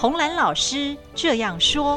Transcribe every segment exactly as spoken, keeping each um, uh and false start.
洪兰老师这样说。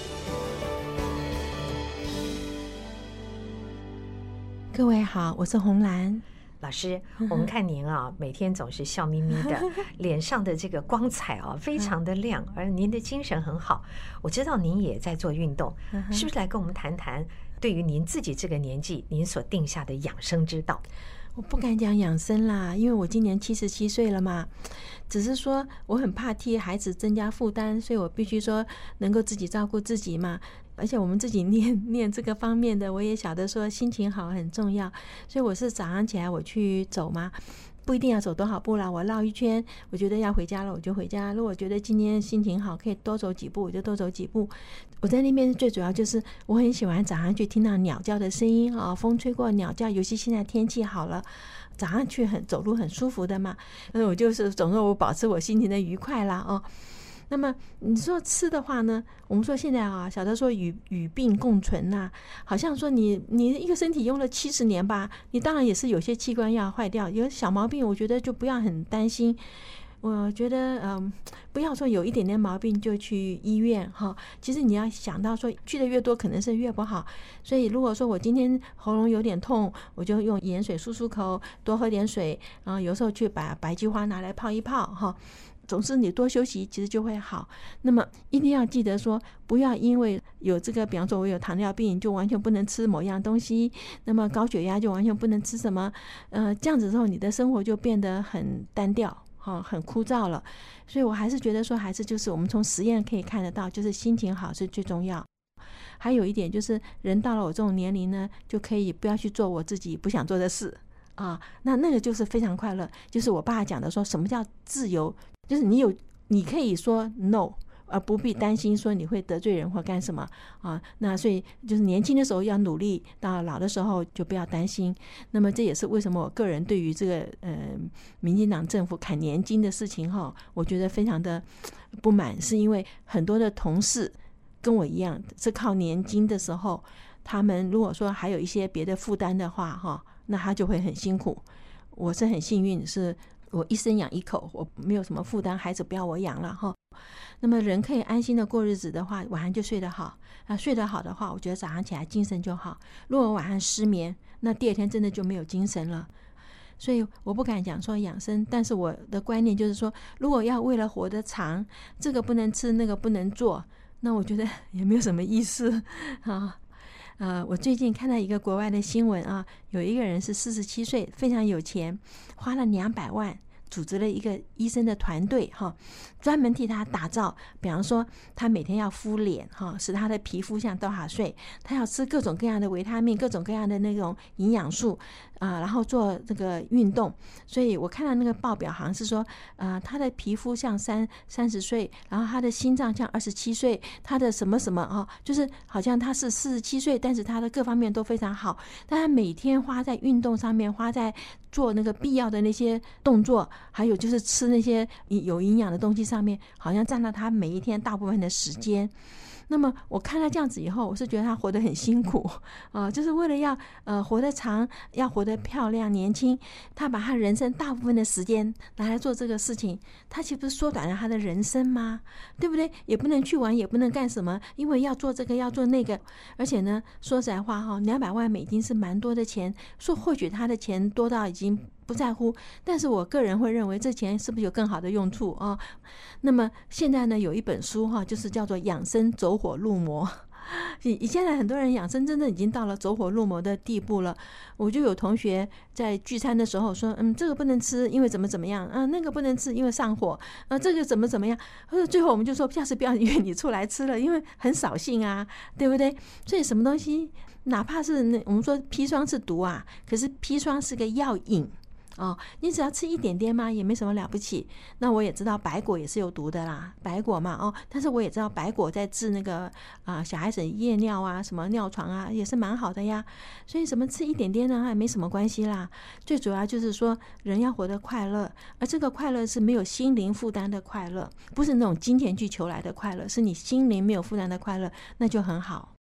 各位好，我是洪兰老师。我们看您啊，每天总是笑眯眯的，脸上的这个光彩啊，非常的亮，而您的精神很好。我知道您也在做运动，是不是来跟我们谈谈对于您自己这个年纪，您所定下的养生之道？ 我不敢讲养生啦，因为我今年七十七岁了嘛，只是说我很怕替孩子增加负担，所以我必须说能够自己照顾自己嘛。而且我们自己念念这个方面的，我也晓得说心情好很重要，所以我是早上起来我去走嘛，不一定要走多少步啦，我绕一圈，我觉得要回家了我就回家，如果我觉得今天心情好可以多走几步我就多走几步。我在那边最主要就是我很喜欢早上去听到鸟叫的声音啊，风吹过鸟叫，尤其现在天气好了，早上去很走路很舒服的嘛，那我就是总是我保持我心情的愉快啦哦。那么你说吃的话呢，我们说现在啊，晓得说与与病共存呐、啊，好像说你你一个身体用了七十年吧，你当然也是有些器官要坏掉，有小毛病，我觉得就不要很担心。我觉得嗯，不要说有一点点毛病就去医院哈。其实你要想到说去的越多，可能是越不好。所以如果说我今天喉咙有点痛，我就用盐水漱漱口，多喝点水，然后有时候去把白菊花拿来泡一泡哈。总之你多休息其实就会好。那么一定要记得说，不要因为有这个，比方说我有糖尿病就完全不能吃某样东西，那么高血压就完全不能吃什么，呃，这样子之后你的生活就变得很单调，哦，很枯燥了。所以我还是觉得说，还是就是我们从实验可以看得到，就是心情好是最重要。还有一点就是，人到了我这种年龄呢，就可以不要去做我自己不想做的事啊，那那个就是非常快乐。就是我爸讲的说，什么叫自由？就是你有，你可以说 no， 而不必担心说你会得罪人或干什么啊。那所以就是年轻的时候要努力，到老的时候就不要担心。那么这也是为什么我个人对于这个呃民进党政府砍年金的事情哈，我觉得非常的不满，是因为很多的同事跟我一样是靠年金的时候，他们如果说还有一些别的负担的话哈，那他就会很辛苦。我是很幸运，是我一生养一口，我没有什么负担，孩子不要我养了哈。那么人可以安心的过日子的话，晚上就睡得好啊，睡得好的话，我觉得早上起来精神就好。如果晚上失眠，那第二天真的就没有精神了。所以我不敢讲说养生，但是我的观念就是说，如果要为了活得长，这个不能吃，那个不能做，那我觉得也没有什么意思啊。呃，我最近看到一个国外的新闻啊，有一个人是四十七岁，非常有钱，花了两百万组织了一个医生的团队哈，专门替他打造，比方说他每天要敷脸哈，使他的皮肤像多少岁，他要吃各种各样的维他命，各种各样的那种营养素啊、呃，然后做这个运动。所以我看到那个报表好像是说，呃，他的皮肤像三三十岁，然后他的心脏像二十七岁，他的什么什么啊、哦，就是好像他是四十七岁，但是他的各方面都非常好，但他每天花在运动上面，花在做那个必要的那些动作，还有就是吃那些有营养的东西上面，好像占了他每一天大部分的时间。那么我看他这样子以后，我是觉得他活得很辛苦啊、呃，就是为了要呃活得长，要活得漂亮年轻，他把他人生大部分的时间拿来做这个事情，他岂不是缩短了他的人生吗？对不对？也不能去玩，也不能干什么，因为要做这个要做那个。而且呢，说实在话哈，两百万美金是蛮多的钱，说或许他的钱多到已经不在乎，但是我个人会认为这钱是不是有更好的用处啊？那么现在呢，有一本书哈，就是叫做《养生走火入魔》。现在很多人养生真的已经到了走火入魔的地步了。我就有同学在聚餐的时候说，嗯，这个不能吃，因为怎么怎么样啊，那个不能吃，因为上火啊，这个怎么怎么样。最后我们就说，下次不要约你出来吃了，因为很扫兴啊，对不对？所以什么东西，哪怕是那我们说砒霜是毒啊，可是砒霜是个药引。哦，你只要吃一点点嘛，也没什么了不起。那我也知道白果也是有毒的啦，白果嘛，哦，但是我也知道白果在治那个啊、呃、小孩子夜尿啊，什么尿床啊，也是蛮好的呀。所以什么吃一点点呢，还没什么关系啦。最主要就是说，人要活得快乐，而这个快乐是没有心灵负担的快乐，不是那种金钱去求来的快乐，是你心灵没有负担的快乐，那就很好。